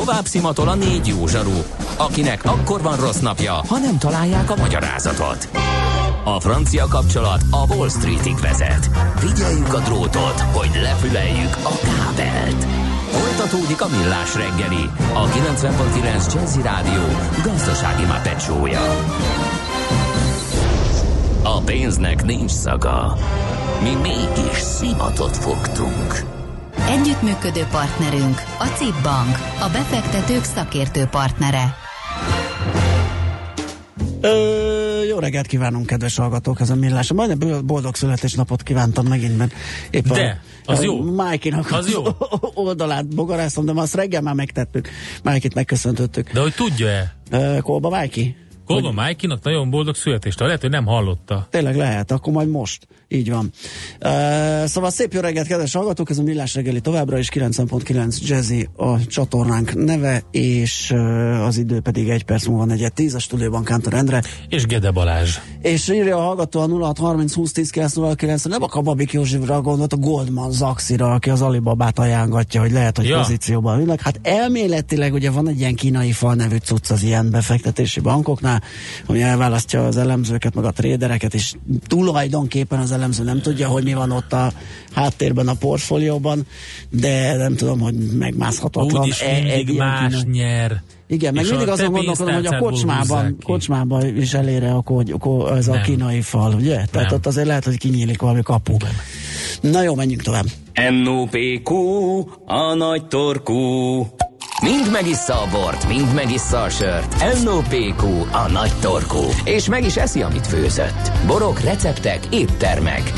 Tovább szimatol a 4 jó zsaru, akinek akkor van rossz napja, ha nem találják a magyarázatot. A francia kapcsolat a Wall Streetig vezet. Figyeljük a drótot, hogy lefüleljük a kábelt. Folytatódik a Millás reggeli, a 90.9 Jazzy Rádió gazdasági mápecsója. A pénznek nincs szaga. Mi mégis szimatot fogtunk. Együttműködő partnerünk a CIP Bank, a befektetők szakértő partnere. Jó reggelt kívánunk, kedves hallgatók, ez a Millás. Majdnem boldog születésnapot kívántam megint, mert éppen de, az jó. Májkinak az jó. Oldalát bogarászom, de azt reggel már megtettük. Májkit megköszöntöttük. De hogy tudja-e? Kolba Májki? Kolba Májkinak nagyon boldog születést. Lehet, hogy nem hallotta. Tényleg lehet, akkor majd most. Így van. Szóval szép jó reggelt, kedves hallgatók, ez a Millás reggeli továbbra is 90.9 Jazzy a csatornánk neve, és az idő pedig 1 perc múlva 4:10 a stúdióban Kántor Endre. És Gede Balázs. És írja a hallgató a 0630 20 10 909, nem a Babik Józsifra gondolt, a Goldman Sachsra, aki az Alibabát ajángatja, hogy lehet, hogy pozícióban ülnek. Hát elméletileg ugye van egy ilyen kínai fal nevű cucc az ilyen befektetési bankoknál, ami elválasztja az elemzőket, meg a trédereket, és tulajdonképpen az elemző nem tudja, hogy mi van ott a háttérben a portfólióban, de nem tudom, hogy megmászhatatlan. Úgyis mindig más nyer. Igen, meg mindig azon gondolkodom, hogy a kocsmában is elér ez a kínai fal, ugye? Nem. Tehát ott azért lehet, hogy kinyílik valami kapu. Na jó, menjünk tovább. NOPQ, a nagy torkú. Mind megissza a bort, mind megissza a sört. NOPQ, a nagy torkú. És meg is eszi, amit főzött. Borok, receptek, éttermek.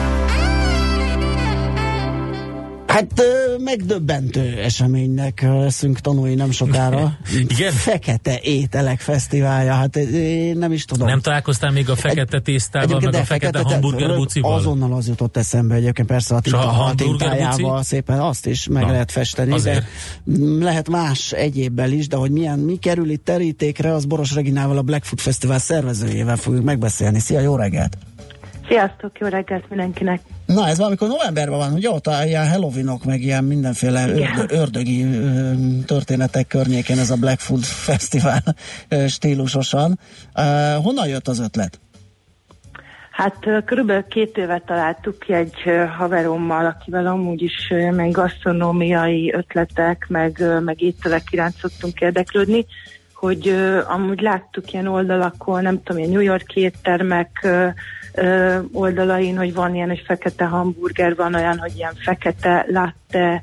Hát megdöbbentő eseménynek leszünk tanulni nem sokára. Igen? Fekete ételek fesztiválja, hát én nem is tudom. Nem találkoztál még a fekete tésztával, meg a fekete hamburger bucival? Azonnal az jutott eszembe egyébként, persze a tintájával szépen azt is meg lehet festeni, azért. De lehet más egyébbel is, de hogy mi kerül itt terítékre, az Boros Reginával, a Blackfoot Fesztivál szervezőjével fogjuk megbeszélni. Szia, jó reggelt! Sziasztok, jó reggelt mindenkinek! Na, ez valamikor novemberben van, ugye ott ilyen Halloweenok, meg ilyen mindenféle ördögi történetek környékén ez a Blackfoot Fesztivál stílusosan. Honnan jött az ötlet? Hát körülbelül 2 éve találtuk ki egy haverommal, akivel amúgy is meg gasztronómiai ötletek, meg ételek iránt szoktunk érdeklődni, hogy amúgy láttuk ilyen oldalakon, nem tudom, ilyen New York éttermek oldalain, hogy van ilyen, hogy fekete hamburger, van olyan, hogy ilyen fekete latte,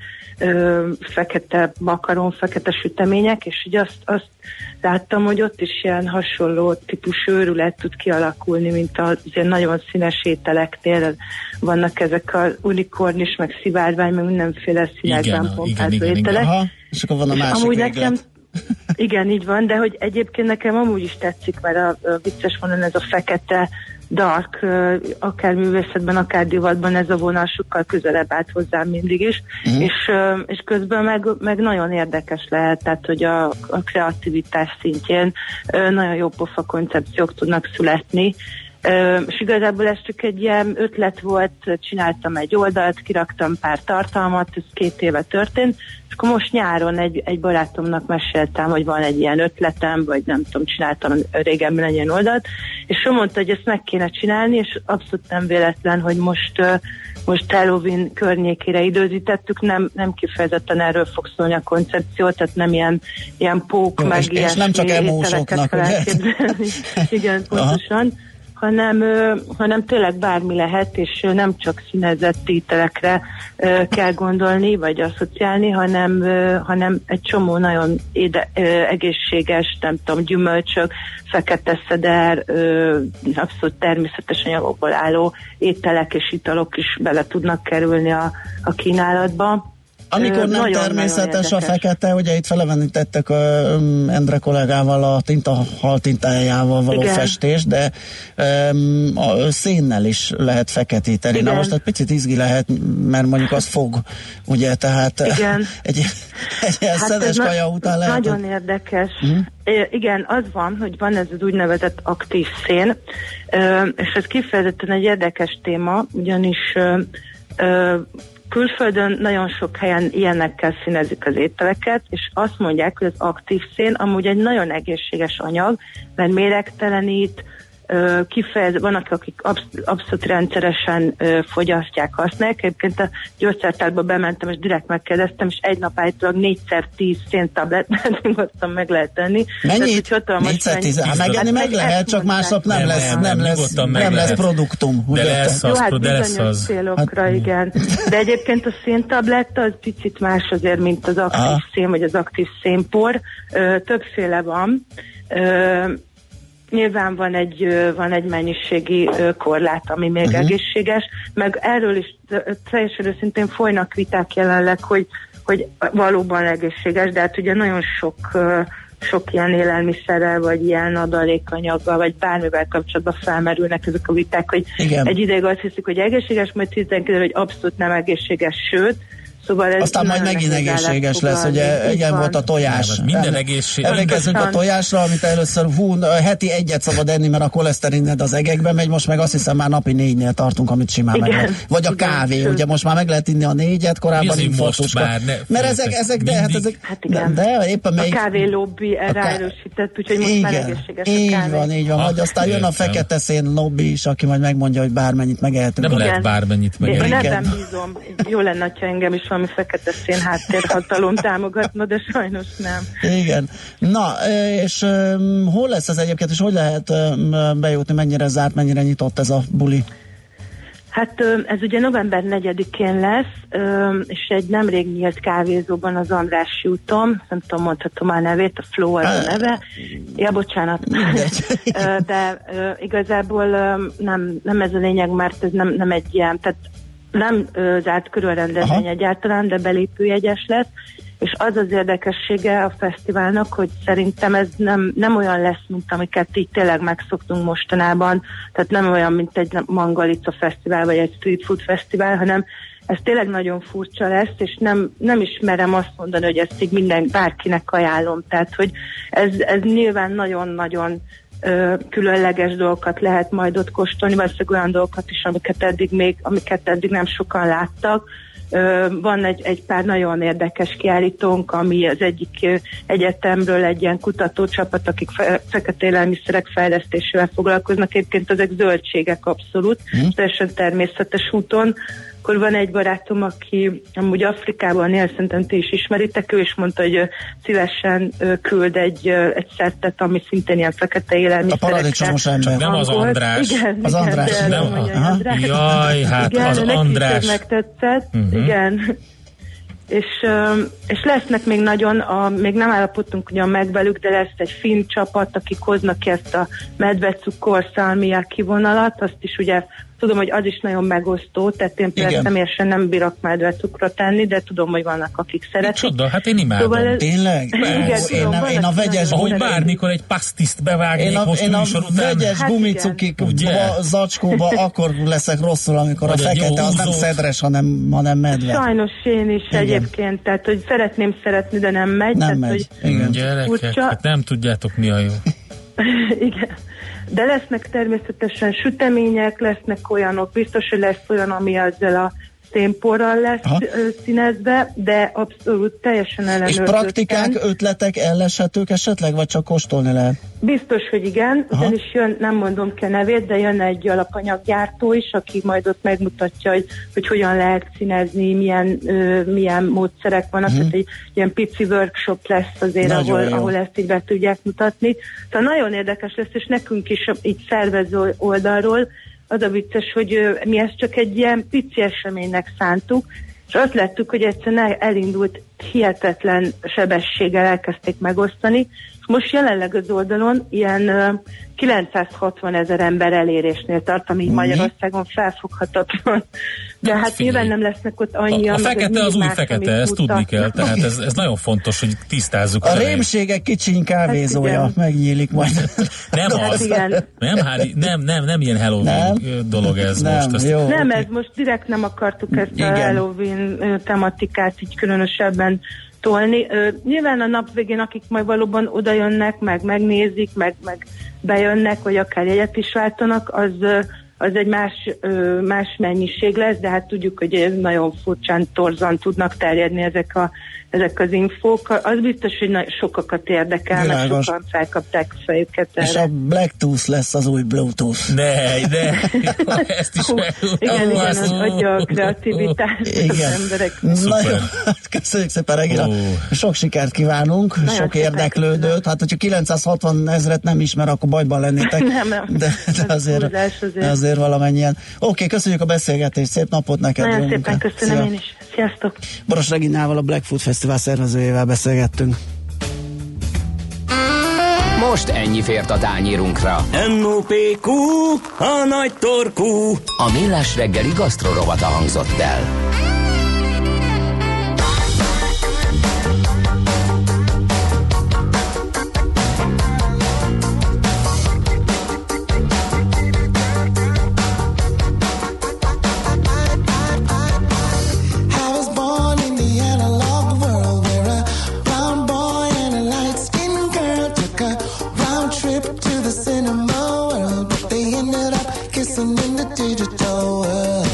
fekete makaron, fekete sütemények, és ugye azt láttam, hogy ott is ilyen hasonló típusú őrület tud kialakulni, mint az ilyen nagyon színes ételeknél vannak ezek az unikornis, meg szivárvány, meg mindenféle színekben pompázó ételek. Aha, és akkor van a másik nekem, igen, így van, de hogy egyébként nekem amúgy is tetszik, mert a vicces vonal ez a fekete dark, akár művészetben, akár divatban ez a vonal sokkal közelebb állt hozzám mindig is, és közben meg nagyon érdekes lehet, tehát hogy a kreativitás szintjén nagyon jó pofa koncepciók tudnak születni, és igazából ez csak egy ilyen ötlet volt, csináltam egy oldalt, kiraktam pár tartalmat, ez 2 éve történt, és akkor most nyáron egy barátomnak meséltem, hogy van egy ilyen ötletem, vagy nem tudom, csináltam régebben egy ilyen oldalt, és ő mondta, hogy ezt meg kéne csinálni, és abszolút nem véletlen, hogy most Halloween környékére időzítettük, nem kifejezetten erről fog szólni a koncepció, tehát nem ilyen pók, meg és nem csak emósoknak, ugye? Igen, pontosan. Hanem tényleg bármi lehet, és nem csak színezett ételekre kell gondolni, vagy asszociálni, hanem egy csomó nagyon egészséges, nem tudom, gyümölcsök, fekete szeder, abszolút természetes anyagokból álló ételek és italok is bele tudnak kerülni a kínálatba. Amikor nem nagyon, természetes nagyon a fekete, ugye itt felevenítettek Endre kollégával a hal tintájával való festés, de a szénnel is lehet feketíteni. Igen. Na most egy picit izgi lehet, mert mondjuk az fog, ugye, tehát egy ilyen szedes kaja után lehet. Nagyon érdekes. Igen, az van, hogy van ez az úgynevezett aktív szén, és ez kifejezetten egy érdekes téma, ugyanis külföldön nagyon sok helyen ilyenekkel színezik az ételeket, és azt mondják, hogy az aktív szén amúgy egy nagyon egészséges anyag, mert méregtelenít, van, akik abszolút rendszeresen fogyasztják, használják. Egyébként a gyógyszertárba bementem, és direkt megkérdeztem, és egy nap állítólag 4x10 széntablettát nyugodtan meg lehet tenni. Mennyit? 4x10? Megenni meg lehet, csak másnap nem lesz produktum. De lesz az. Jó, bizonyos célokra, igen. De egyébként a széntabletta az picit más azért, mint az aktív szén, vagy az aktív szénpor. Többféle van. Nyilván van egy mennyiségi korlát, ami még egészséges, meg erről is teljesen őszintén folynak viták jelenleg, hogy valóban egészséges, de hát ugye nagyon sok ilyen élelmiszerrel, vagy ilyen adalékanyaggal, vagy bármivel kapcsolatban felmerülnek ezek a viták, hogy egy ideig azt hiszik, hogy egészséges, majd hirtelen kiderül, hogy abszolút nem egészséges, sőt, szóval aztán majd megint egészséges lesz, ugye igen volt a tojás. Minden egészséges. Emlékezzünk a tojásra, amit először heti egyet szabad enni, mert a koleszterined az egekbe megy, most meg azt hiszem már napi 4-nél tartunk, amit simán meg lehet. Vagy a kávé, ugye most már meg lehet inni a 4-et, korábban infarktuska. Mert ezek de éppen a kávé lobby ráerősített, úgyhogy most már egészséges a kávé. Így van, hogy aztán jön a fekete szén lobby is, aki majd megmondja, hogy bármennyit megehetünk. Nem lehet bármennyit megehetünk. Én ebben bízom. Jó lenne, ha engem is valami fekete szén háttérhatalom támogatna, de sajnos nem. Igen. Na, és hol lesz ez egyébként, és hogy lehet bejutni, mennyire zárt, mennyire nyitott ez a buli? Hát ez ugye november 4-én lesz, és egy nemrég nyílt kávézóban az Andrássy úton, nem tudom, mondhatom a nevét, a Flow az a neve. Ja, bocsánat. De igazából nem ez a lényeg, mert ez nem egy ilyen, tehát nem zárt körülrendezvény egyáltalán, de belépőjegyes lesz, és az az érdekessége a fesztiválnak, hogy szerintem ez nem olyan lesz, mint amiket így tényleg megszoktunk mostanában, tehát nem olyan, mint egy Mangalica fesztivál, vagy egy street food fesztivál, hanem ez tényleg nagyon furcsa lesz, és nem is merem azt mondani, hogy ezt így bárkinek ajánlom, tehát hogy ez nyilván nagyon-nagyon különleges dolgokat lehet majd ott kóstolni, valószínűleg olyan dolgokat is, amiket eddig nem sokan láttak. Van egy pár nagyon érdekes kiállítónk, ami az egyik egyetemről egy ilyen kutatócsapat, akik fekete élelmiszerek fejlesztésével foglalkoznak. Egyébként ezek zöldségek abszolút, teljesen természetes úton. Akkor van egy barátom, aki amúgy Afrikában él, szerintem ti is ismeritek, ő is mondta, hogy szívesen küld egy szettet, ami szintén ilyen fekete élelmiszerekkel. A paradicsomos ember. Nem az András. Igen, az András. András. Jaj, hát igen, az András. Megtetszett, igen. És lesznek még még nem állapodtunk ugyan meg velük, de lesz egy finn csapat, akik hoznak ki ezt a medvecukor szalmiák kivonalat, azt is ugye tudom, hogy az is nagyon megosztó, tehát én például személyesen nem bírok medvecukrot tenni, de tudom, hogy vannak, akik szeretik. Csoda, hát én imádom. Szóval tényleg? Én a vegyes... Ahogy bármikor egy pasztiszt bevágnék most műsor után. Én a vegyes gumicukik zacskóba akkor leszek rosszul, amikor a fekete az nem szedres, hanem medve. Sajnos én is egyébként, tehát hogy szeretném szeretni, de nem megy. Nem megy. Igen. Gyerekek, hát nem tudjátok, mi a jó. Igen. De lesznek természetesen sütemények, lesznek olyanok, biztos, hogy lesz olyan, ami ezzel a szénporral lesz színezve, de abszolút teljesen ellenőrzötten. És praktikák, ötletek elleshetők esetleg, vagy csak kóstolni lehet? Biztos, hogy igen, ugyanis jön, nem mondom ki a nevét, de jön egy alapanyaggyártó is, aki majd ott megmutatja, hogy hogyan lehet színezni, milyen módszerek vannak, tehát egy ilyen pici workshop lesz azért, ahol ezt így be tudják mutatni. Tehát nagyon érdekes lesz, és nekünk is így szervező oldalról az a vicces, hogy mi ezt csak egy ilyen pici eseménynek szántuk, és azt láttuk, hogy egyszerűen elindult hihetetlen sebességgel elkezdték megosztani, és most jelenleg az oldalon ilyen 960 000 ember elérésnél tart, ami Magyarországon felfoghatatlan. De hát nyilván nem lesznek ott annyian. A fekete az új fekete, ezt tudni kell, tehát ez nagyon fontos, hogy tisztázzuk. A rémségek kicsiny kávézója megnyílik majd. Nem az. Nem ilyen Halloween dolog ez most. Jó, nem, ez most direkt nem akartuk ezt a Halloween tematikát így különösebben tolni. Nyilván a nap végén, akik majd valóban oda jönnek, meg megnézik, meg bejönnek, vagy akár jegyet is váltanak, az egy más mennyiség lesz, de hát tudjuk, hogy ez nagyon furcsán, torzan tudnak terjedni ezek az infók. Az biztos, hogy sokakat érdekel, mert sokan felkapták a fejüket erre. És a Bluetooth lesz az új Bluetooth. Ne, ezt is igen, az adja a kreativitást az emberek. Nagyon, köszönjük szépen, Regina. Sok sikert kívánunk, nagyon sok érdeklődőt. Hát, hogyha 960 000 nem ismer, akkor bajban lennétek. De azért valamennyien. Oké, köszönjük a beszélgetést, szép napot neked. Nagyon szépen köszönöm én is. Sziasztok! Boros Reginával, a Blackfoot Fesztivál szervezőjével beszélgettünk. Most ennyi fért a tányérunkra. NOPQ, a nagy torkú. A Millás reggeli gasztrorovata hangzott el. Digital world.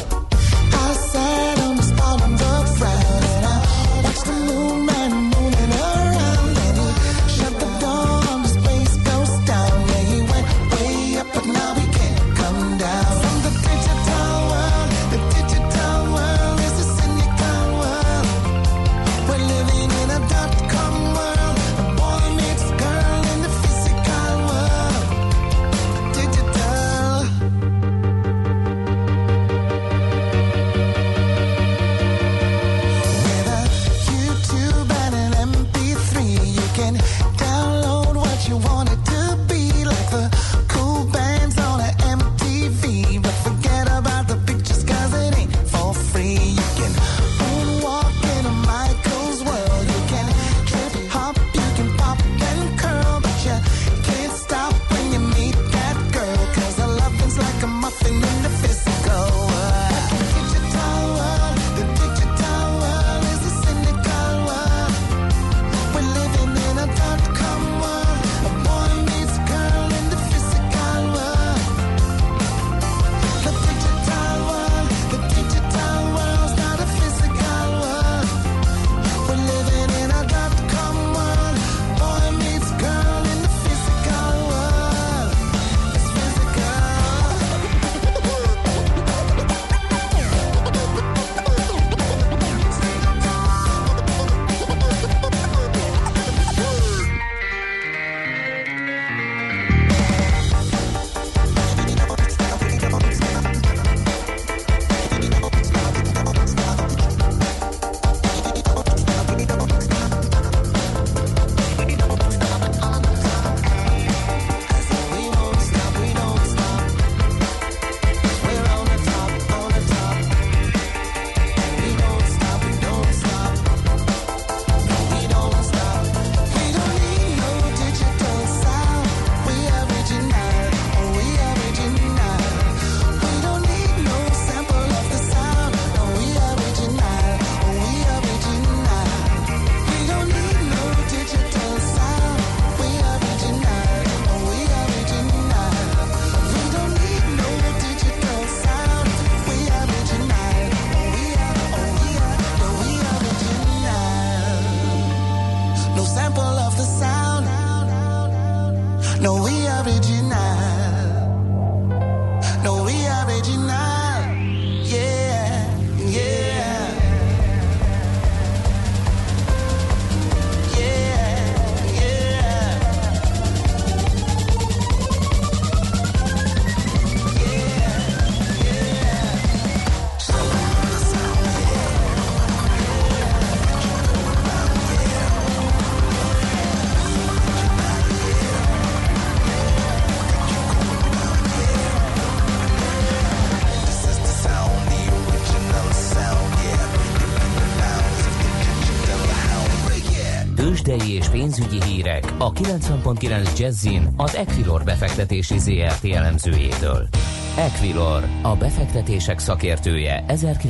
Tőzsdei és pénzügyi hírek a 90.9 Jazzin az Equilor befektetési ZRT elemzőjétől. Equilor, a befektetések szakértője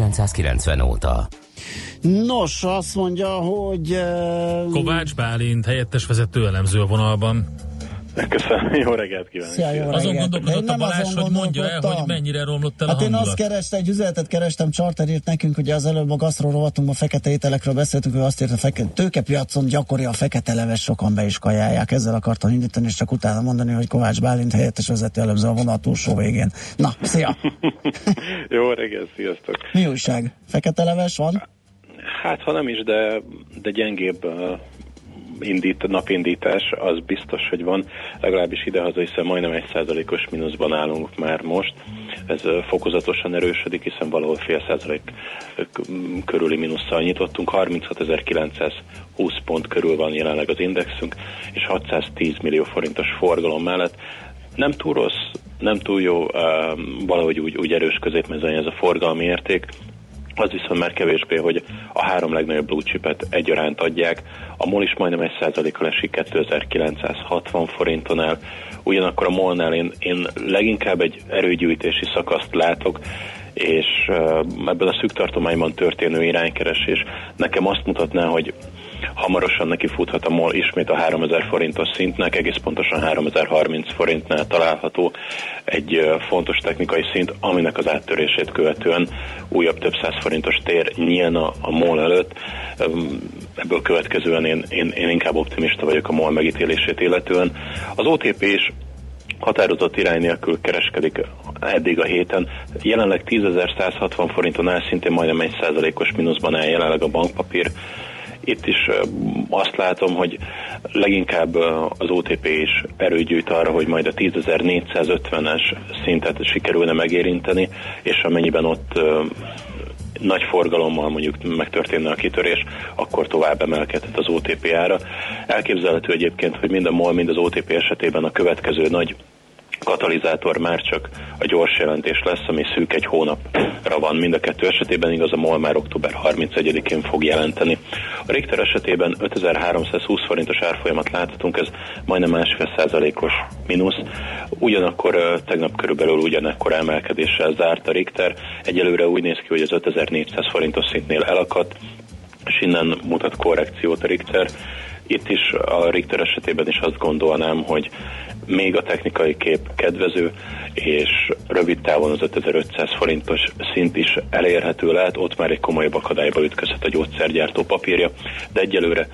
1990 óta. Nos, azt mondja, hogy... Kovács Bálint, helyettes vezető elemző a vonalban. Köszönöm, jó reggelt kívánok. Szia, jó Azon reggelt. gondolkodott a Balázs, hogy mondja el, hogy mennyire romlott el a hangulat. Én azt kerestem, egy üzenetet kerestem, Charter írt nekünk, ugye az előbb a gasztró rovatunkban fekete ételekről beszéltünk, ő azt írt, a tőkepiacon gyakori a fekete leves, sokan be is kajálják. Ezzel akartam indítani, és csak utána mondani, hogy Kovács Bálint helyettes vezető elemző a vonat túlsó végén. Na, szia! Jó reggelt, sziasztok! Mi újság? Fekete leves van? Hát, ha nem is, de gyengébb napindítás, az biztos, hogy van, legalábbis idehaza, hiszen majdnem 1%-os mínuszban állunk már most. Ez fokozatosan erősödik, hiszen valahol fél százalék körüli mínusszal nyitottunk. 36.920 pont körül van jelenleg az indexünk, és 610 millió forintos forgalom mellett. Nem túl rossz, nem túl jó, valahogy úgy erős középmezőny ez a forgalmi érték. Az viszont már kevésbé, hogy a három legnagyobb blue chipet egyaránt adják. A MOL is majdnem 1%-kal esik 2960 forinton el. Ugyanakkor a MOL-nál én leginkább egy erőgyűjtési szakaszt látok, és ebből a szűk tartományban történő iránykeresés nekem azt mutatná, hogy hamarosan neki futhat a MOL ismét a 3000 forintos szintnek, egész pontosan 3030 forintnál található egy fontos technikai szint, aminek az áttörését követően újabb több száz forintos tér nyílna a MOL előtt. Ebből következően én inkább optimista vagyok a MOL megítélését illetően. Az OTP is határozott irány nélkül kereskedik eddig a héten. Jelenleg 10.160 forinton áll, szintén majdnem 1%-os mínuszban áll jelenleg a bankpapír. Itt is azt látom, hogy leginkább az OTP is erőgyűjt arra, hogy majd a 10.450-es szintet sikerülne megérinteni, és amennyiben ott nagy forgalommal mondjuk megtörténne a kitörés, akkor tovább emelkedhet az OTP ára. Elképzelhető egyébként, hogy mind a MOL, mind az OTP esetében a következő nagy katalizátor már csak a gyors jelentés lesz, ami szűk egy hónapra van. Mind a kettő esetében, igaz, a MOL már október 31-én fog jelenteni. A Richter esetében 5320 forintos árfolyamat láthatunk, ez majdnem 1,5%-os mínusz. Ugyanakkor tegnap körülbelül ugyanekkor emelkedéssel zárt a Richter. Egyelőre úgy néz ki, hogy az 5400 forintos szintnél elakadt, és innen mutat korrekciót a Richter. Itt is a Richter esetében is azt gondolnám, hogy még a technikai kép kedvező, és rövid távon az 5500 forintos szint is elérhető lehet, ott már egy komolyabb akadályba ütközhet a gyógyszergyártó papírja, de egyelőre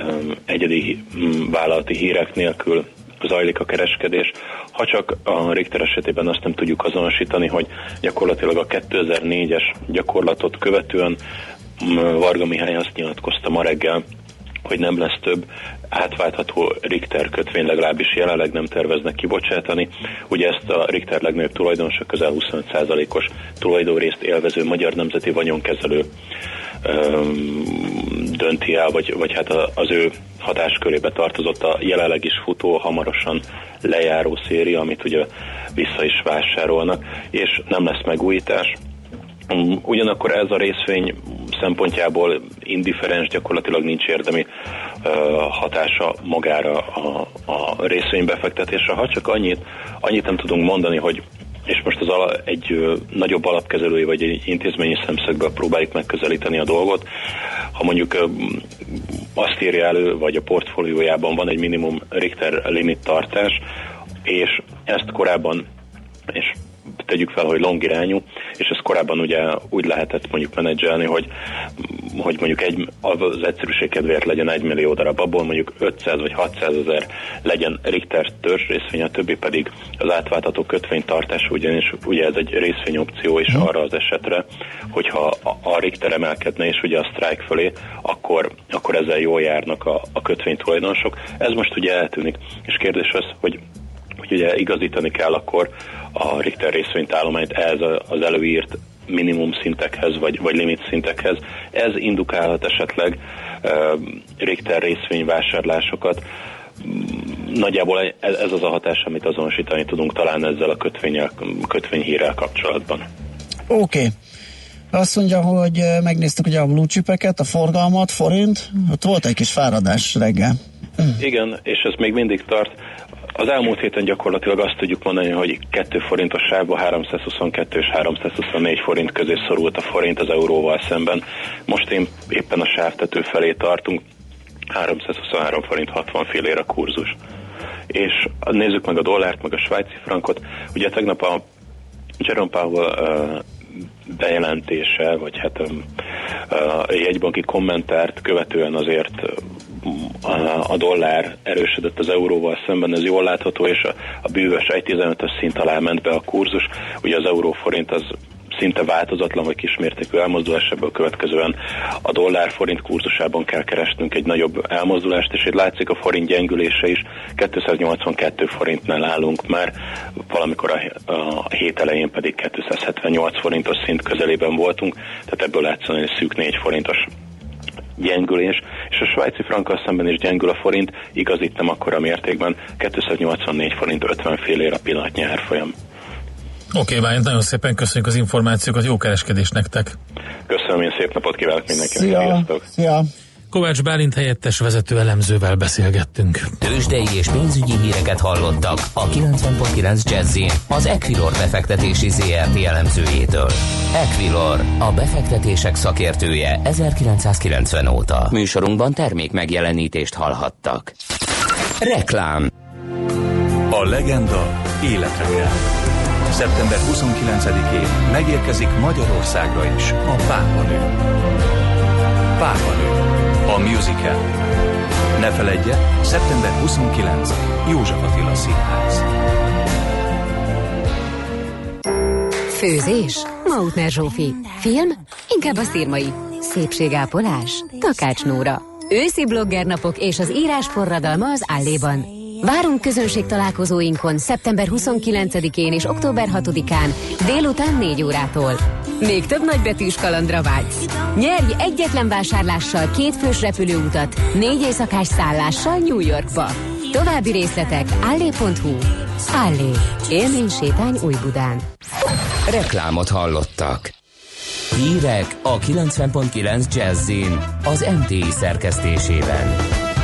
egyedi vállalati hírek nélkül zajlik a kereskedés. Ha csak a Richter esetében azt nem tudjuk azonosítani, hogy gyakorlatilag a 2004-es gyakorlatot követően Varga Mihály azt nyilatkozta ma reggel, hogy nem lesz több átváltható Richter kötvény, legalábbis jelenleg nem terveznek kibocsátani. Ugye ezt a Richter legnagyobb tulajdonosa, közel 25%-os tulajdonrészt élvező Magyar Nemzeti Vagyonkezelő dönti el, vagy hát az ő hatáskörébe tartozott a jelenleg is futó, hamarosan lejáró széria, amit ugye vissza is vásárolnak, és nem lesz megújítás. Ugyanakkor ez a részvény szempontjából indifferens, gyakorlatilag nincs érdemi hatása magára a részvénybefektetésre. Ha csak annyit nem tudunk mondani, hogy és most egy nagyobb alapkezelői vagy egy intézményi szemszögből próbáljuk megközelíteni a dolgot. Ha mondjuk azt írja elő, vagy a portfóliójában van egy minimum Richter limit tartás, és ezt korábban, és tegyük fel, hogy long irányú, és ezt korábban ugye úgy lehetett mondjuk menedzselni, hogy mondjuk az egyszerűség kedvéért legyen 1 millió darab, abból mondjuk 500 vagy 600 ezer legyen Richter törzs részvény, a többi pedig az átváltható kötvénytartás, ugyanis ugye ez egy részvényopció is arra az esetre, hogyha a Richter emelkedne, és ugye a strike fölé, akkor ezzel jól járnak a kötvénytulajdonosok. Ez most ugye eltűnik, és kérdés az, hogy ugye igazítani kell akkor a Richter részvényállományt ehhez az előírt minimum szintekhez, vagy limit szintekhez. Ez indukálhat esetleg Richter részvényvásárlásokat. Nagyjából ez az a hatás, amit azonosítani tudunk talán ezzel a kötvényhírrel kapcsolatban. Oké. Azt mondja, hogy megnéztük ugye a blue chipeket, a forgalmat, forint, ott volt egy kis fáradás reggel. Igen, és ez még mindig tart. Az elmúlt héten gyakorlatilag azt tudjuk mondani, hogy 2 forintos sávban 322 és 324 forint közé szorult a forint az euróval szemben. Most éppen a sávtető felé tartunk, 323 forint 60 fillér a kurzus. És nézzük meg a dollárt, meg a svájci frankot. Ugye tegnap a Jerome Powell bejelentése, vagy hát a jegybanki kommentárt követően azért a dollár erősödött az euróval szemben, ez jól látható, és a bűvös 1,15-ös szint alá ment be a kurzus. Ugye az euróforint az szinte változatlan, vagy kismértékű elmozdulás, ebből következően a dollár-forint kurzusában kell keresnünk egy nagyobb elmozdulást, és itt látszik a forint gyengülése is, 282 forintnál állunk már, valamikor a hét elején pedig 278 forintos szint közelében voltunk, tehát ebből látszani egy szűk 4 forintos gyengülés, és a svájci frankkal szemben is gyengül a forint, igaz, itt nem akkora mértékben, 284 forint 50 félére a pillanatnyi árfolyam. Oké, Bálint, nagyon szépen köszönjük az információkat, jó kereskedést nektek! Köszönöm, én szép napot kívánok mindenkinek! Sziasztok! Szia! Kovács Bálint helyettes vezető elemzővel beszélgettünk. Tőzsdei és pénzügyi híreket hallottak a 90.9 Jazzin az Equilor befektetési ZRT elemzőjétől. Equilor, a befektetések szakértője 1990 óta. Műsorunkban termék megjelenítést hallhattak. Reklám. A legenda életre kell. Szeptember 29-én megérkezik Magyarországra is a Pápanő. Pápanő, a musical. Ne feledje, szeptember 29, József Attila Színház. Főzés? Mautner Zsófi. Film? Inkább a szirmai. Szépségápolás? Takács Nóra. Őszi bloggernapok és az írás forradalma az Álléban. Várunk közönségtalálkozóinkon szeptember 29-én és október 6-án délután 4 órától. Még több nagybetűs kalandra vágysz. Nyerj egyetlen vásárlással 2 fős repülőutat, 4 éjszakás szállással New Yorkba. További részletek allé.hu. Allé. Élménysétány Újbudán. Reklámot hallottak. Hírek a 90.9 Jazzin az MTI szerkesztésében.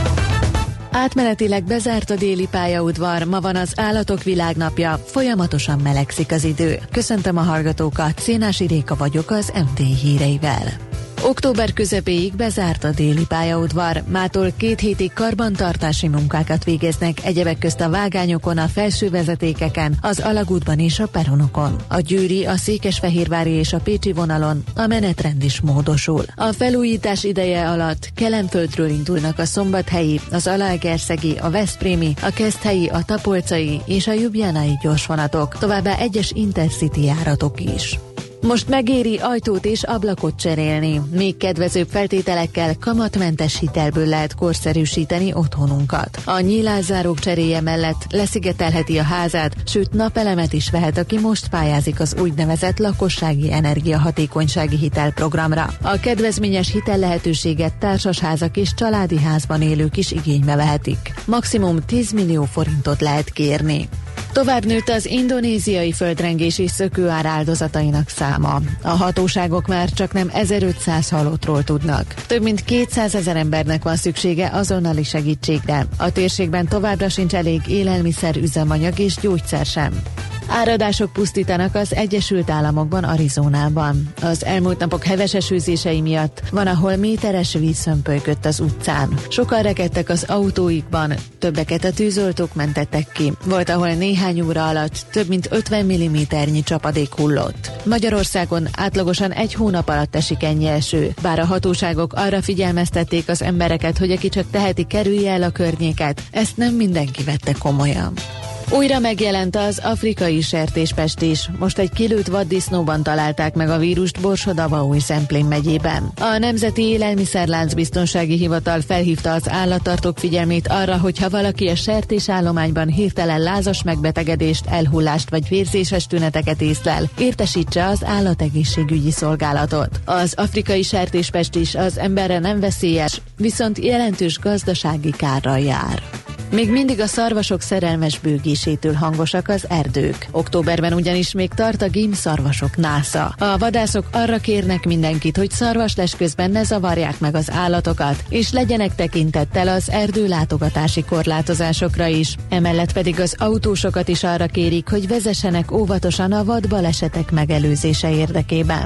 Átmenetileg bezárt a déli pályaudvar, ma van az Állatok Világnapja, folyamatosan melegszik az idő. Köszöntöm a hallgatókat, Szénási Réka vagyok az MTI híreivel. Október közepéig bezárt a déli pályaudvar, mától 2 hétig karbantartási munkákat végeznek, egyebek közt a vágányokon, a felső vezetékeken, az alagútban és a peronokon. A győri, a székesfehérvári és a pécsi vonalon a menetrend is módosul. A felújítás ideje alatt Kelenföldről indulnak a szombathelyi, az zalaegerszegi, a veszprémi, a keszthelyi, a tapolcai és a ljubljanai gyorsvonatok, továbbá egyes intercity járatok is. Most megéri ajtót és ablakot cserélni. Még kedvezőbb feltételekkel kamatmentes hitelből lehet korszerűsíteni otthonunkat. A nyílászárók cseréje mellett leszigetelheti a házát, sőt napelemet is vehet, aki most pályázik az úgynevezett lakossági energiahatékonysági hitelprogramra. A kedvezményes hitel lehetőséget társasházak és családi házban élők is igénybe vehetik. Maximum 10 millió forintot lehet kérni. Tovább nőtt az indonéziai földrengés és szökőár áldozatainak száma. A hatóságok már csaknem 1500 halottról tudnak. Több mint 200 000 embernek van szüksége azonnali segítségre. A térségben továbbra sincs elég élelmiszer, üzemanyag és gyógyszer sem. Áradások pusztítanak az Egyesült Államokban, Arizonában. Az elmúlt napok heves esőzései miatt van, ahol méteres víz hömpölygött az utcán. Sokan rekedtek az autóikban, többeket a tűzoltók mentettek ki. Volt, ahol néhány óra alatt több mint 50 mm-nyi csapadék hullott. Magyarországon átlagosan 1 hónap alatt esik ennyi eső, bár a hatóságok arra figyelmeztették az embereket, hogy aki csak teheti, kerülje el a környéket, ezt nem mindenki vette komolyan. Újra megjelent az afrikai sertéspest is. Most egy kilőtt vaddisznóban találták meg a vírust Borsod-Abaúj-Zemplén megyében. A Nemzeti Élelmiszerláncbiztonsági Hivatal felhívta az állattartók figyelmét arra, hogyha valaki a sertésállományban hirtelen lázas megbetegedést, elhullást vagy vérzéses tüneteket észlel, értesítse az állategészségügyi szolgálatot. Az afrikai sertéspest is az emberre nem veszélyes, viszont jelentős gazdasági kárral jár. Még mindig a szarvasok szerelmes bőgésétől hangosak az erdők. Októberben ugyanis még tart a gímszarvasok násza. A vadászok arra kérnek mindenkit, hogy szarvaslés közben ne zavarják meg az állatokat, és legyenek tekintettel az erdőlátogatási korlátozásokra is. Emellett pedig az autósokat is arra kérik, hogy vezessenek óvatosan a vadbalesetek megelőzése érdekében.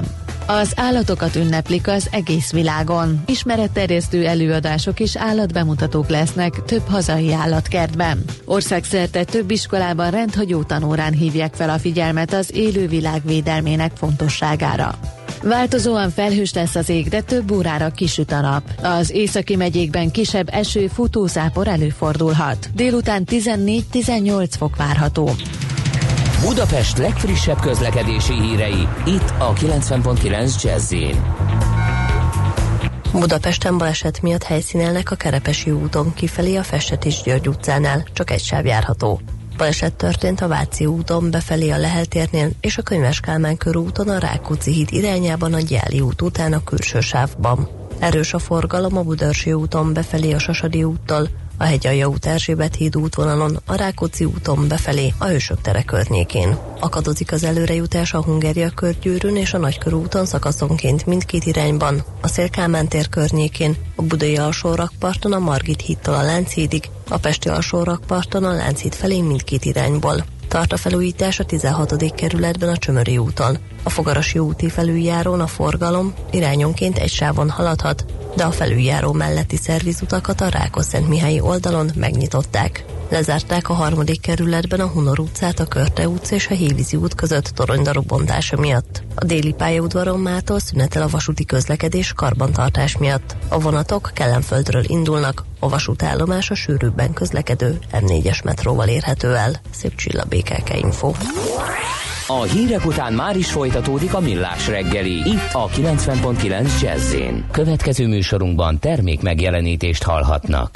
Az állatokat ünneplik az egész világon. Ismeretterjesztő előadások és állatbemutatók lesznek több hazai állatkertben. Országszerte több iskolában rendhagyó tanórán hívják fel a figyelmet az élővilág védelmének fontosságára. Változóan felhős lesz az ég, de több órára kisüt a nap. Az északi megyékben kisebb eső, futózápor előfordulhat. Délután 14-18 fok várható. Budapest legfrissebb közlekedési hírei, itt a 90.9 Jazz-in. Budapesten baleset miatt helyszínelnek a Kerepesi úton kifelé a Festetics-György utcánál, csak egy sáv járható. Baleset történt a Váci úton befelé a Lehel térnél és a Könyves Kálmán körúton a Rákóczi híd irányában a Gyáli út után a külső sávban. Erős a forgalom a Budaörsi úton befelé a Sasadi úttól, a Hegyalja út Erzsébet híd útvonalon, a Rákóczi úton befelé a Hősök tere környékén. Akadozik az előrejutás a Hungária körgyűrűn és a Nagykörúton szakaszonként mindkét irányban, a Széll-Kálmán tér környékén, a Budai alsórakparton a Margit hídtól a Lánchídig, a Pesti alsórakparton a Lánchíd felé mindkét irányból. Tart a felújítás a 16. kerületben a Csömöri úton. A Fogarasi úti felüljárón a forgalom irányonként egy sávon haladhat, de a felüljáró melletti szervizutakat a Rákos-Szentmihályi oldalon megnyitották. Lezárták a 3. kerületben a Hunor utcát, a Körte utca és a Hévízi út között toronydarú bontása miatt. A déli pályaudvaron mától szünetel a vasúti közlekedés karbantartás miatt. A vonatok Kellenföldről indulnak, a vasútállomás a sűrűbben közlekedő M4-es metróval érhető el. Szép Csilla, BKK Info. A hírek után már is folytatódik a Millás reggeli, itt a 90.9 Jazz-in. Következő műsorunkban termék megjelenítést hallhatnak.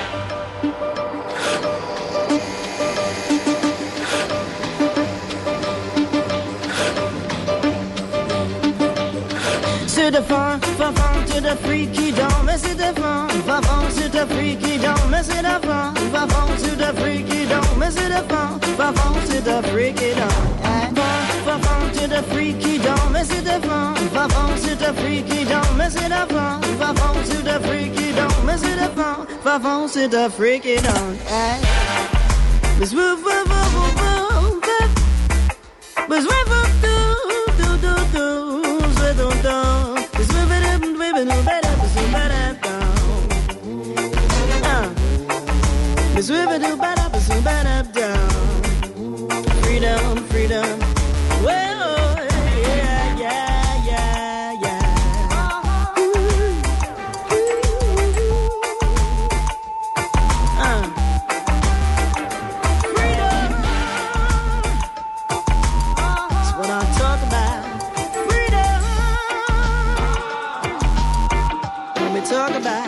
C'est de fun, c'est de freaky down, mais c'est de fun, c'est de freaky down, mais c'est de fun, c'est de freaky down, mais c'est de fun, c'est de freaky down. C'est de freaky down, mais c'est de fun, c'est de freaky down, mais c'est de fun, c'est de freaky down, mais c'est de fun, c'est de freaky down. But freedom, freedom. Well, yeah, yeah, yeah, yeah. Freedom. That's what I'm talking about. Freedom. Let me talk about.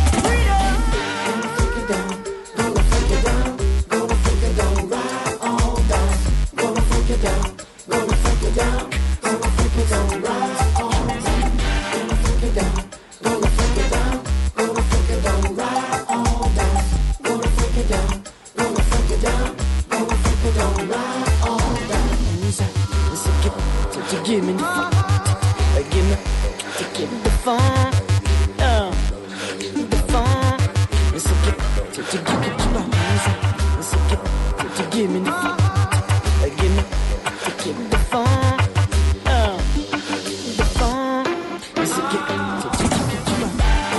Give me the fun, give me the fun, the fun. It's a give to give it to my hands. It's a give to give me the fun, give me the fun, the fun. It's a give to give it to my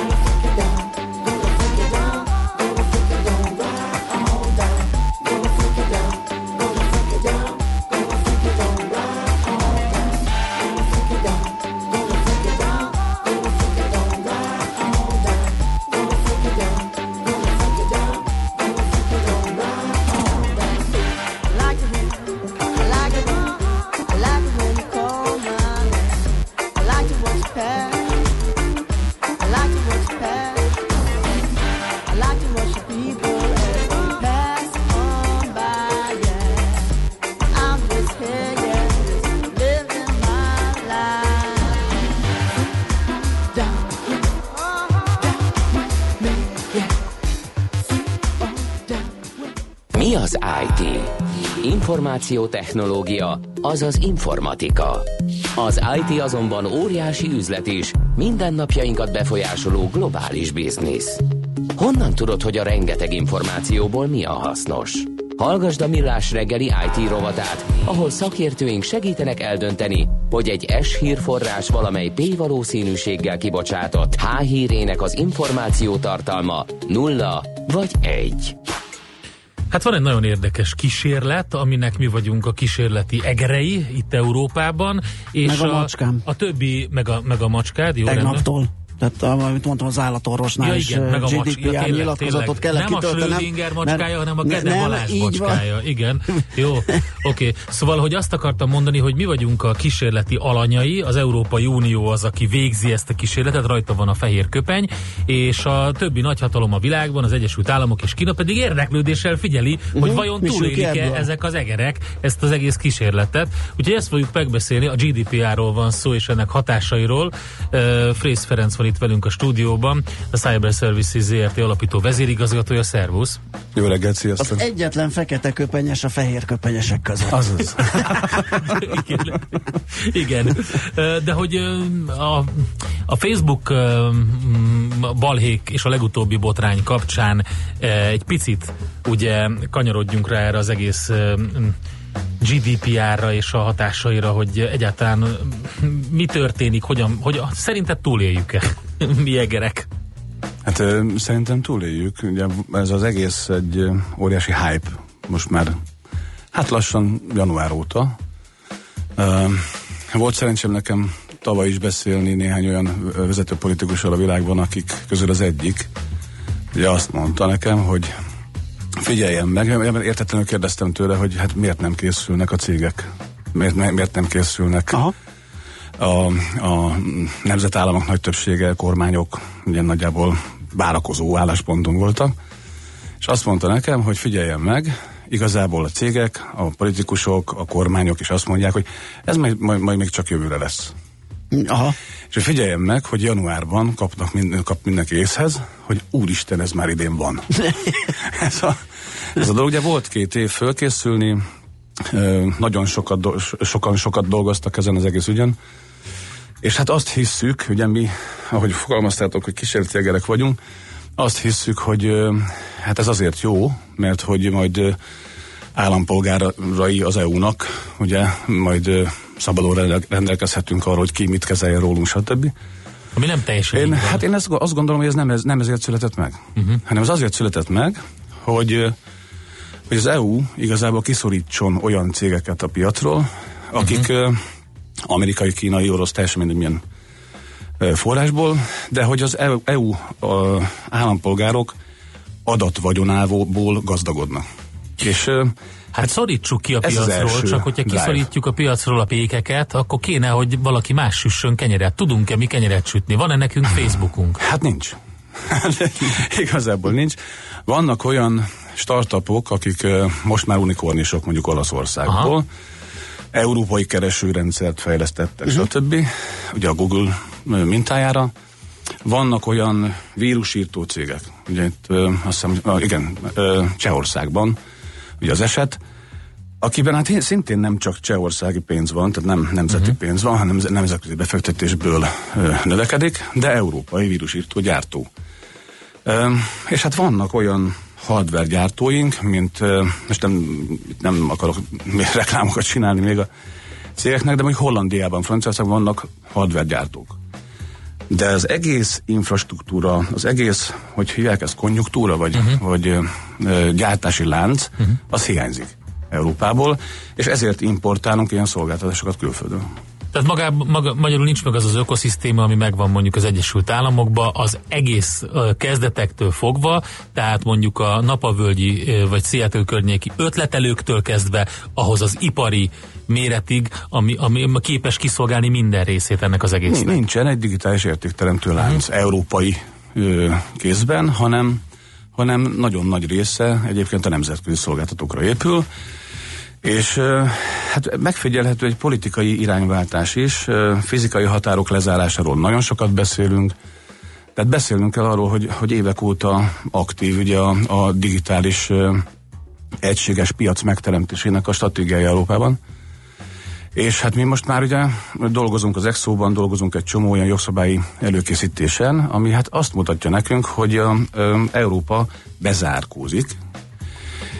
Mi az IT? Információtechnológia, azaz informatika. Az IT azonban óriási üzlet is, mindennapjainkat befolyásoló globális biznisz. Honnan tudod, hogy a rengeteg információból mi a hasznos? Hallgasd a Millás reggeli IT rovatát, ahol szakértőink segítenek eldönteni, hogy egy S-hírforrás valamely P-valószínűséggel kibocsátott H-hírének az információ tartalma 0 vagy 1. Hát van egy nagyon érdekes kísérlet, aminek mi vagyunk a kísérleti egerei itt Európában. És meg a macskám. A többi, meg a macskád, jó tegnaptól. Tehát, amit mondtam, az állatorvosnál is GDPR nyilatkozatot kellett kitöltenem. Nem a Schrödinger macskája, hanem a Gede Balázs macskája. Igen, jó, oké. Szóval, hogy azt akartam mondani, hogy mi vagyunk a kísérleti alanyai, az Európai Unió az, aki végzi ezt a kísérletet, rajta van a fehér köpeny, és a többi nagyhatalom a világban, az Egyesült Államok és Kína pedig érdeklődéssel figyeli, hogy vajon túlélik-e ezek az egerek ezt az egész kísérletet. Úgyhogy ezt fogjuk megbeszélni, a GDPR-ról van szó, és ennek hatásairól. Frész Ferenc van itt velünk a stúdióban, a Cyber Services ZRT alapító vezérigazgatója. Szervusz! Jó reggelt, sziasztok! Az egyetlen fekete köpenyes a fehér köpenyesek között. Azaz. Igen. De hogy a Facebook balhék és a legutóbbi botrány kapcsán egy picit ugye kanyarodjunk rá erre az egész GDPR-ra és a hatásaira, hogy egyáltalán mi történik, hogy szerinted túléljük-e mi egerek? Hát szerintem túléljük. Ugye ez az egész egy óriási hype most már, hát lassan január óta. Volt szerencsém nekem tavaly is beszélni néhány olyan vezető politikussal a világban, akik közül az egyik ugye azt mondta nekem, hogy figyeljen meg, értetlenül kérdeztem tőle, hogy hát miért nem készülnek a cégek, miért nem készülnek a nemzetállamok nagy többsége, kormányok, ugye nagyjából várakozó állásponton voltak, és azt mondta nekem, hogy figyeljen meg, igazából a cégek, a politikusok, a kormányok is azt mondják, hogy ez majd még csak jövőre lesz. Aha. És figyeljen meg, hogy januárban kap mindenki észhez, hogy úristen, ez már idén van. ez a dolog, ugye volt 2 év fölkészülni, nagyon sokan dolgoztak ezen az egész ügyen, és hát azt hisszük, ugye mi, ahogy fogalmaztátok, hogy kísérleti egerek vagyunk, azt hisszük, hogy hát ez azért jó, mert hogy majd állampolgárai az EU-nak, ugye majd szabadon rendelkezhetünk arról, hogy ki mit kezeljen rólunk, stb. Ami nem teljesen Hát én azt gondolom, hogy ez nem ezért született meg, hanem ez azért született meg, hogy az EU igazából kiszorítson olyan cégeket a piacról, akik amerikai, kínai, orosz, teljesen mindemilyen forrásból, de hogy az EU állampolgárok adatvagyonából gazdagodnak. És hát szorítsuk ki a piacról, csak hogyha kiszorítjuk a piacról a pékeket, akkor kéne, hogy valaki más süssön kenyeret. Tudunk-e mi kenyeret sütni? Van-e nekünk Facebookunk? Hát nincs. Igazából nincs. Vannak olyan startupok, akik most már unikornisok mondjuk Olaszországból, aha, európai keresőrendszert fejlesztettek, stb. Ugye a Google mintájára. Vannak olyan vírusírtó cégek, ugye itt azt hiszem, Csehországban, ugye az eset, akiben hát szintén nem csak csehországi pénz van, tehát nem nemzeti pénz van, hanem nemzetközi befektetésből növekedik, de európai vírusírtó gyártó. És hát vannak olyan hardware gyártóink, mint most nem akarok reklámokat csinálni még a cégeknek, de mondjuk Hollandiában, Franciaországban vannak hardware gyártók. De az egész infrastruktúra, az egész, hogy hívják ezt, konjunktúra, vagy gyártási lánc, az hiányzik Európából, és ezért importálunk ilyen szolgáltatásokat külföldön. Tehát magyarul nincs meg az az ökoszisztéma, ami megvan mondjuk az Egyesült Államokban, az egész kezdetektől fogva, tehát mondjuk a napavölgyi vagy Seattle környéki ötletelőktől kezdve ahhoz az ipari méretig, ami képes kiszolgálni minden részét ennek az egésznek. Nincsen egy digitális értékteremtő lánc európai kézben, hanem nagyon nagy része egyébként a nemzetközi szolgáltatókra épül, és hát megfigyelhető egy politikai irányváltás is, fizikai határok lezárásáról nagyon sokat beszélünk, tehát beszélnünk kell arról, hogy évek óta aktív ugye a digitális egységes piac megteremtésének a stratégiája Európában. És hát mi most már ugye dolgozunk az EXO-ban, dolgozunk egy csomó olyan jogszabályi előkészítésen, ami hát azt mutatja nekünk, hogy Európa bezárkózik,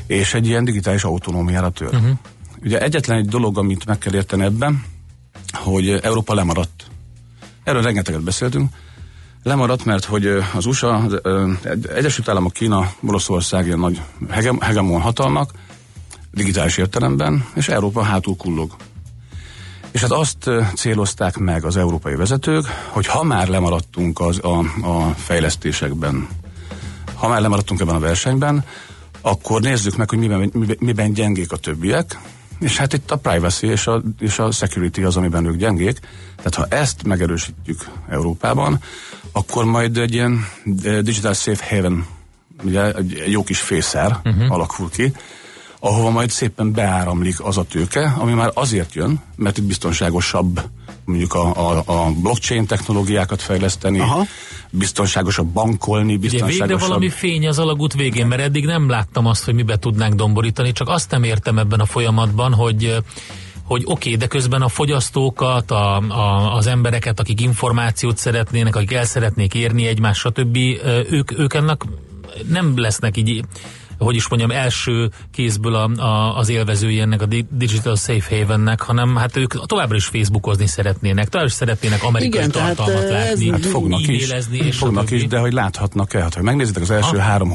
és egy ilyen digitális autonómiára tör. Ugye egyetlen egy dolog, amit meg kell érteni ebben, hogy Európa lemaradt. Erről rengeteget beszéltünk. Lemaradt, mert hogy az USA, az Egyesült Államok, Kína, Oroszország ilyen nagy hegemon hatalmak, digitális értelemben, és Európa hátul kullog. És hát azt célozták meg az európai vezetők, hogy ha már lemaradtunk a fejlesztésekben, ha már lemaradtunk ebben a versenyben, akkor nézzük meg, hogy miben gyengék a többiek, és hát itt a privacy és a security az, amiben ők gyengék. Tehát ha ezt megerősítjük Európában, akkor majd egy ilyen digital safe haven, ugye egy jó kis fészer alakul ki, ahova majd szépen beáramlik az a tőke, ami már azért jön, mert itt biztonságosabb mondjuk a blockchain technológiákat fejleszteni, biztonságosabb bankolni, biztonságosabb... Ugye végre valami fény az alagút végén, mert eddig nem láttam azt, hogy mibe tudnánk domborítani, csak azt nem értem ebben a folyamatban, hogy oké, de közben a fogyasztókat, az embereket, akik információt szeretnének, akik el szeretnék érni egymást, stb. Ők ennek nem lesznek így, hogy is mondjam, első kézből az élvezői ennek a Digital Safe Havennek, hanem hát ők továbbra is Facebookozni szeretnének, továbbra is szeretnének amerikai tartalmat látni, hát fognak is, de hogy láthatnak-e? Hát, ha megnézitek az első 3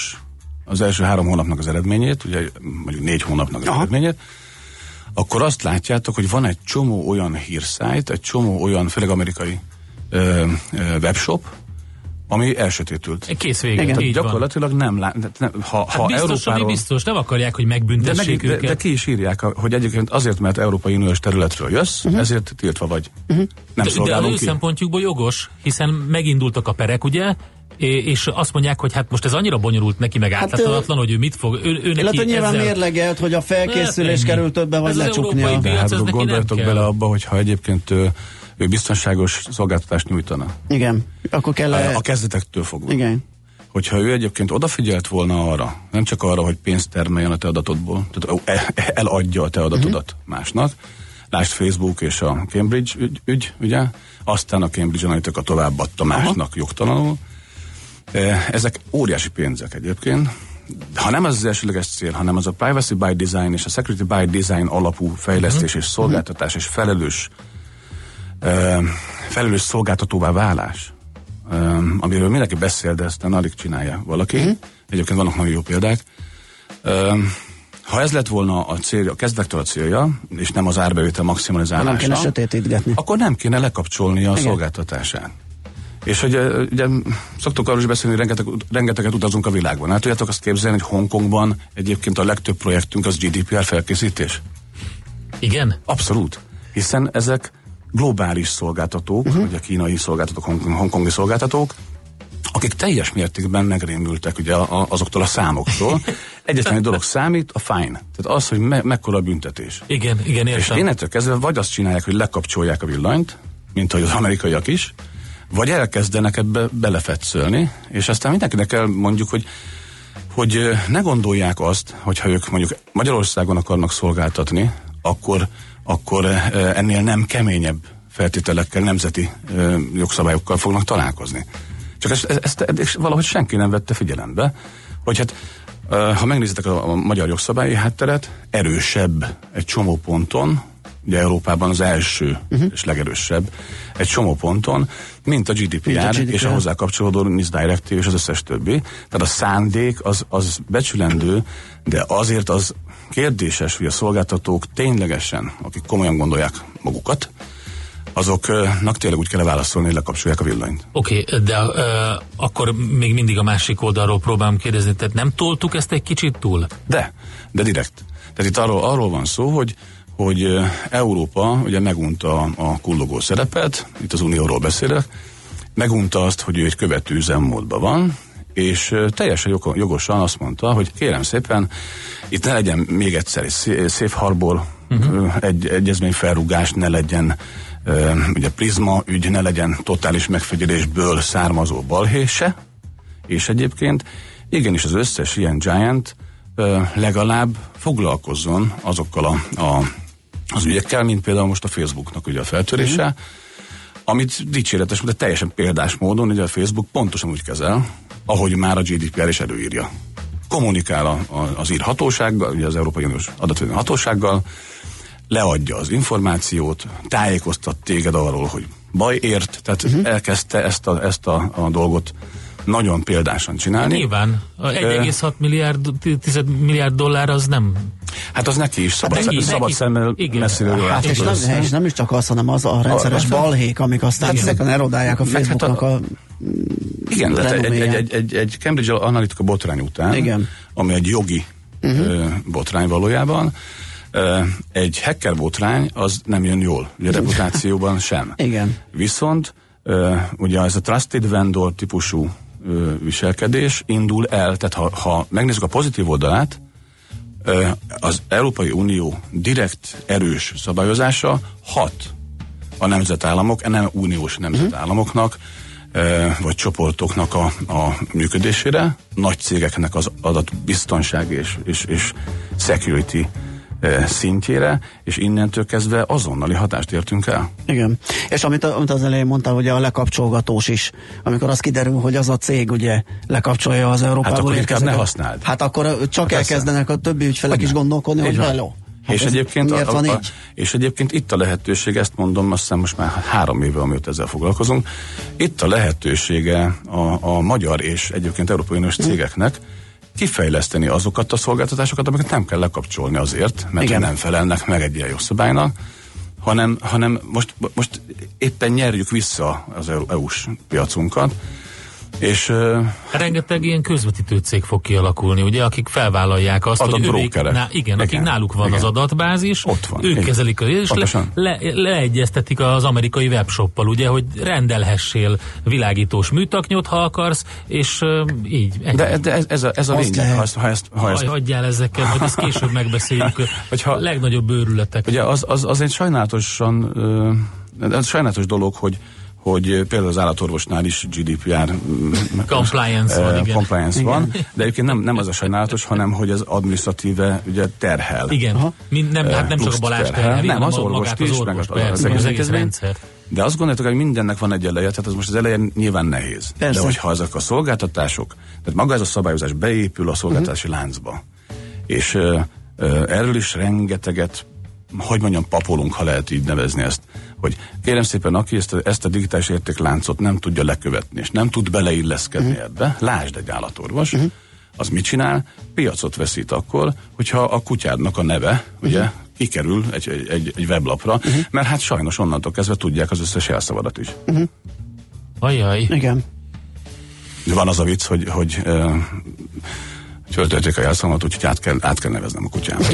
hónapnak az eredményét, ugye mondjuk 4 hónapnak az eredményét, akkor azt látjátok, hogy van egy csomó olyan hírszájt, egy csomó olyan, főleg amerikai webshop, ami elsötétült. Kész vége. Gyakorlatilag nem lát. Ha biztos, Európáról... biztos, nem akarják, hogy megbüntessék őket. De ki is írják, hogy egyébként azért, mert Európai Uniós területről jössz, ezért tiltva vagy. Nem szolgálunk ki. De az ő szempontjukból jogos, hiszen megindultak a perek, ugye? És azt mondják, hogy hát most ez annyira bonyolult neki, meg átláthatatlan, hogy ő mit fog... Illetve nyilván mérlegelt, hogy a felkészülés kerül többe, vagy lecsuknia. De hát gondoljatok bele abba, hogyha egyébként ő biztonságos szolgáltatást nyújtana. Igen, akkor kell... A kezdetektől fogva. Igen. Hogyha ő egyébként odafigyelt volna arra, nem csak arra, hogy pénzt termeljen a te adatodból, tehát eladja a te adatodat másnak, lásd Facebook és a Cambridge ügy, ugye? Aztán a Cambridge Analytica továbbadta másnak jogtalanul. Ezek óriási pénzek egyébként. Ha nem az elsőleges cél, hanem az a privacy by design és a security by design alapú fejlesztés és szolgáltatás és felelős szolgáltatóvá válás, amiről mindenki beszél, de ezt alig csinálja valaki. Egyébként vannak nagyon jó példák. Ha ez lett volna a célja, a kezdetektől a célja, és nem az árbevétel maximalizálása, nem kéne sötétítgetni, akkor nem kéne lekapcsolni a szolgáltatását. És hogy ugye szoktuk arról is beszélni, hogy rengeteget utazunk a világban. Hát tudjátok azt képzelni, hogy Hongkongban egyébként a legtöbb projektünk az GDPR felkészítés? Igen? Abszolút. Hiszen ezek globális szolgáltatók, vagy a kínai szolgáltatók, hongkongi szolgáltatók, akik teljes mértékben megrémültek ugye azoktól a számoktól. Egyetlen egy dolog számít, a fine. Tehát az, hogy mekkora a büntetés. Igen, értem. És innentől kezdve vagy azt csinálják, hogy lekapcsolják a villanyt, mint ahogy az amerikaiak is, vagy elkezdenek ebbe belefetszölni, és aztán mindenkinek elmondjuk, hogy ne gondolják azt, hogyha ők mondjuk Magyarországon akarnak szolgáltatni, akkor ennél nem keményebb feltételekkel, nemzeti jogszabályokkal fognak találkozni. Csak ezt valahogy senki nem vette figyelembe, hogy hát ha megnézitek a magyar jogszabályi hátteret, erősebb egy csomó ponton, ugye Európában az első és legerősebb egy csomó ponton, mint a GDPR és a hozzá kapcsolódó NIS Directive és az összes többi. Tehát a szándék az becsülendő, de azért az kérdéses, hogy a szolgáltatók ténylegesen, akik komolyan gondolják magukat, azoknak tényleg úgy kell válaszolni, hogy lekapcsolják a villanyt. Oké, de akkor még mindig a másik oldalról próbálom kérdezni, tehát nem toltuk ezt egy kicsit túl? De direkt. Tehát itt arról van szó, hogy Európa ugye megunta a kullogó szerepet, itt az Unióról beszélek, megunta azt, hogy ő egy követő üzemmódban van, és teljesen jogosan azt mondta, hogy kérem szépen, itt ne legyen még egyszer egy safe harbor, egy egyezmény felrúgás, ne legyen ugye Prisma ügy, ne legyen totális megfigyelésből származó balhé se, és egyébként igenis az összes ilyen giant legalább foglalkozzon azokkal az ügyekkel, mint például most a Facebooknak ugye a feltörése, amit dicséretes, de teljesen példás módon ugye a Facebook pontosan úgy kezel, ahogy már a GDPR is előírja. kommunikál az ír hatósággal, ugye az Európai Uniós adatvédelmi hatósággal, leadja az információt, tájékoztat téged arról, hogy baj ért, tehát elkezdte ezt a dolgot nagyon példásan csinálni. Nyilván, 1,6 milliárd dollár az nem... Hát az neki is szabad szemmel messziről látható. És nem is csak az, hanem az a rendszeres balhék, amik aztán ezeken erodálják a Facebooknak a igen, tehát egy Cambridge Analytica botrány után, ami egy jogi botrány valójában, egy hacker botrány az nem jön jól, ugye reputációban sem. Igen. Viszont ugye ez a trusted vendor típusú viselkedés indul el, tehát ha megnézzük a pozitív oldalát, az Európai Unió direkt erős szabályozása hat a nemzetállamok, nem uniós nemzetállamoknak, vagy csoportoknak a működésére, nagy cégeknek az adatbiztonság és security szintjére, és innentől kezdve azonnali hatást értünk el. Igen. És amit az elején mondtál, ugye a lekapcsolgatós is, amikor az kiderül, hogy az a cég ugye lekapcsolja az Európából. Hát akkor inkább ne használd. Hát akkor csak elkezdenek a többi ügyfelek is gondolkodni, hogy hello. Hát és egyébként itt a lehetőség, ezt mondom, azt hiszem most már 3 éve, amióta ezzel foglalkozunk, itt a lehetősége a magyar és egyébként Európai Uniós cégeknek kifejleszteni azokat a szolgáltatásokat, amiket nem kell lekapcsolni azért, mert nem felelnek meg egy ilyen jogszabálynak, hanem most éppen nyerjük vissza az EU-s piacunkat, és rengeteg ilyen közvetítő cég fog kialakulni, ugye, akik felvállalják azt, hogy akik náluk van az adatbázis, ott van, ők kezelik, és leegyeztetik az amerikai webshoppal, ugye, hogy rendelhessél világítós műtaknyot, ha akarsz, és így. De ez a lényeg, ha ezt... Hagyjál ezekkel, majd ezt később megbeszéljük, a legnagyobb őrületek. Ugye az egy sajnálatos dolog, hogy például az állatorvosnál is GDPR compliance van, de egyébként nem az a sajnálatos, hanem hogy az adminisztratíve ugye terhel. Igen, nem csak a Balázs terhel, nem az orvost is, meg az egész rendszer. De azt gondoltuk, hogy mindennek van egy eleje, tehát az most az elején nyilván nehéz. Persze. De hogyha ezek a szolgáltatások, tehát maga ez a szabályozás beépül a szolgáltatási láncba, és erről is rengeteget, hogy mondjam, papolunk, ha lehet így nevezni ezt, hogy kérem szépen, aki ezt a digitális értékláncot nem tudja lekövetni, és nem tud beleilleszkedni ebbe, lásd egy állatorvos, az mit csinál? Piacot veszít akkor, hogyha a kutyádnak a neve, ugye, kikerül egy weblapra, mert hát sajnos onnantól kezdve tudják az összes jelszavadat is. Ajjaj. Igen. Van az a vicc, hogy föltölték a jelszavamat, úgyhogy át kell neveznem a kutyámat.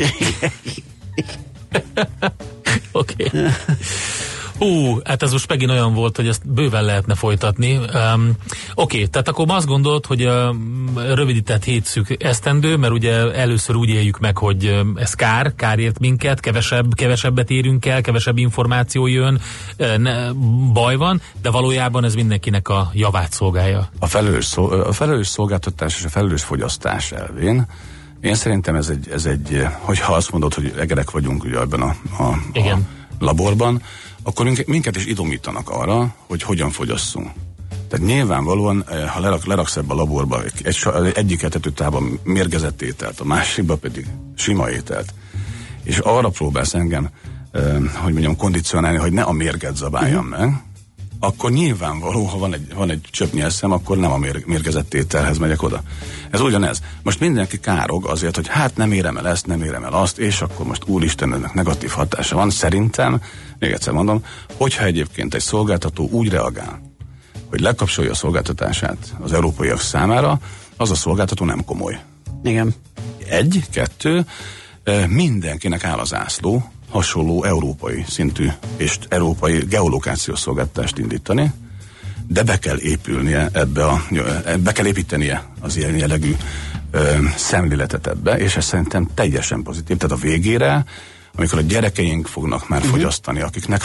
Oké. Hát ez most megint olyan volt, hogy ezt bőven lehetne folytatni. Oké, tehát akkor azt gondolod, hogy rövidített 7 szűk esztendő, mert ugye először úgy éljük meg, hogy ez kár ért minket, kevesebbet érünk el, kevesebb információ jön, baj van, de valójában ez mindenkinek a javát szolgálja. A felelős szolgáltatás és a felelős fogyasztás elvén én szerintem ez egy, hogyha azt mondod, hogy egerek vagyunk ugye ebben a laborban, akkor minket is idomítanak arra, hogy hogyan fogyasszunk. Tehát nyilvánvalóan, ha leraksz ebbe a laborba egyik etetőtában mérgezett ételt, a másikba pedig sima ételt, és arra próbálsz engem, hogy mondjam, kondicionálni, hogy ne a mérget zabáljam meg, akkor nyilvánvaló, ha van egy csöpnyi eszem, akkor nem a mérgezett ételhez megyek oda. Ez ugyanez. Most mindenki károg azért, hogy hát nem érem el ezt, nem érem el azt, és akkor most úristen, ennek negatív hatása van. Szerintem, még egyszer mondom, hogyha egyébként egy szolgáltató úgy reagál, hogy lekapcsolja a szolgáltatását az európaiak számára, az a szolgáltató nem komoly. Igen. 1, 2, mindenkinek áll az zászló, hasonló európai szintű és európai geolokációs szolgáltatást indítani, de be kell épülnie be kell építenie az ilyen jellegű szemléletet ebbe, és ez szerintem teljesen pozitív. Tehát a végére, amikor a gyerekeink fognak már fogyasztani, akiknek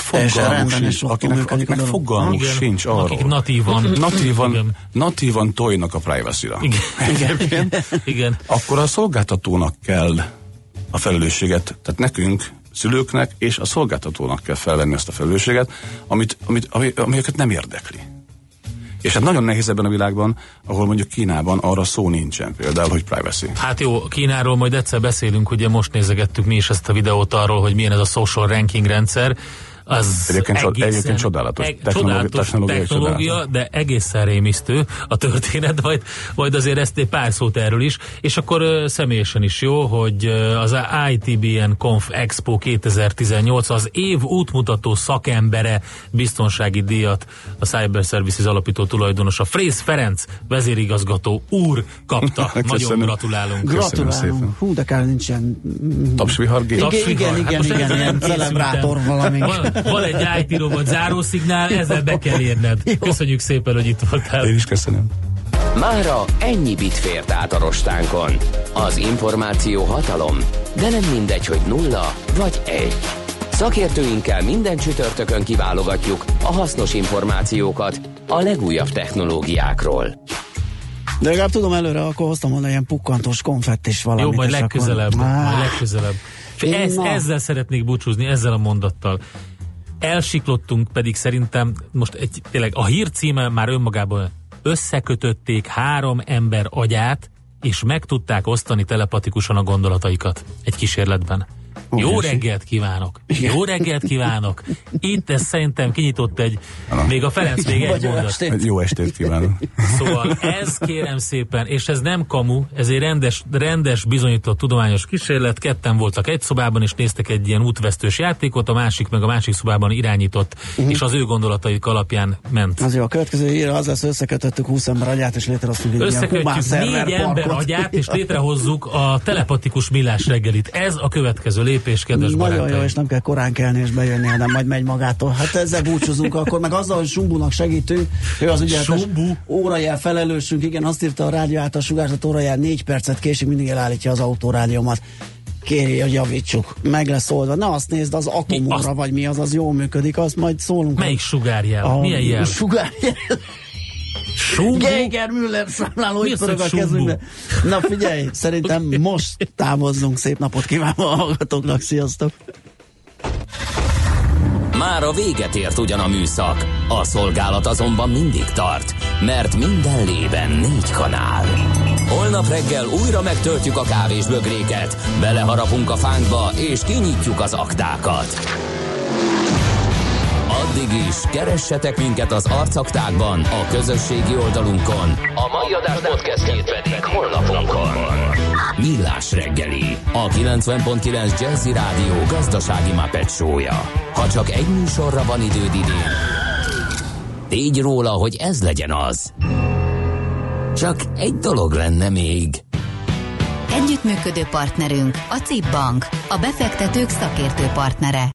fogalmuk sincs arról. Akik natívan tojnak a privacy-ra. Igen. Akkor a szolgáltatónak kell a felelősséget, tehát nekünk, szülőknek és a szolgáltatónak kell felvenni ezt a felelősséget, ami őket nem érdekli. És hát nagyon nehéz ebben a világban, ahol mondjuk Kínában arra szó nincsen, például, hogy privacy. Hát jó, Kínáról majd egyszer beszélünk, ugye most nézegettük mi is ezt a videót arról, hogy milyen ez a social ranking rendszer. Az egyébként csodálatos technológia, de egészen rémisztő a történet, majd azért ezt egy pár szót erről is, és akkor személyesen is jó, hogy az ITBN Conf Expo 2018 az év útmutató szakembere biztonsági díjat a Cyber Services alapító tulajdonosa Frész Ferenc vezérigazgató úr kapta. Nagyon gratulálunk. Gratulálunk. Hú, de kár nincsen tapsvihargép. Igen, ilyen celebrátor valami. Van egy IT robot zárószignál, ezzel be kell érned. Jó. Köszönjük szépen, hogy itt voltál. Én is köszönöm. Mára ennyi bit fért át a rostánkon. Az információ hatalom, de nem mindegy, hogy 0 vagy 1. Szakértőinkkel minden csütörtökön kiválogatjuk a hasznos információkat a legújabb technológiákról. De legalább tudom előre, akkor hoztam volna ilyen pukkantós konfettis valamit. Jó, majd legközelebb. Ezzel szeretnék búcsúzni, ezzel a mondattal. Elsiklottunk, pedig szerintem most tényleg a hír címe már önmagában összekötötték 3 ember agyát, és meg tudták osztani telepatikusan a gondolataikat egy kísérletben. Jó reggelt kívánok! Jó reggelt kívánok! Itt ez szerintem kinyitott még a Ferenc még egy mondat. Jó estét kívánok! Szóval ez kérem szépen, és ez nem kamu, ez egy rendes bizonyított tudományos kísérlet, ketten voltak egy szobában, és néztek egy ilyen útvesztős játékot, a másik meg a másik szobában irányított, és az ő gondolataik alapján ment. Az jó, a következő hír az lesz, összekötöttük 20 ember agyát, és létrehoztunk egy ilyen humán szerverparkot. 4 ember agyát, és létrehozzuk a telepatikus millás reggelit. Ez a következő lépés, kedves barátaim. Nagyon jó, és nem kell korán kelni és bejönni, hanem majd megy magától. Hát ezzel búcsúzunk akkor, meg azzal, hogy Sumbunak segítünk. Ő az ügyeletes órajel felelősünk. Igen, azt írta a rádió által sugárzott órajel 4 percet késik, mindig elállítja az autórádiómat. Kéri, hogy javítsuk. Meg lesz oldva. Ne azt nézd, az atomóra vagy mi az jól működik, azt majd szólunk. Melyik sugárjel? Milyen jel? Sugárjel. Geiger Müller számláló itt pörög a kezünkbe. Na figyelj, szerintem most távozzunk. Szép napot kívánva a hallgatóknak. Sziasztok! Már a véget ért ugyan a műszak, a szolgálat azonban mindig tart, mert minden lében 4 kanál. Holnap reggel újra megtöltjük a kávésbögréket, beleharapunk a fánkba és kinyitjuk az aktákat. Addig is keressetek minket az arcaktákban, a közösségi oldalunkon, a mai adás podcastjét pedig honlapunkon. Millás reggeli, a 90.9 Jazzy Rádió gazdasági Muppet show-ja. Ha csak egy műsorra van időd idén, tégy róla, hogy ez legyen az. Csak egy dolog lenne még. Együttműködő partnerünk a CIP Bank, a befektetők szakértő partnere.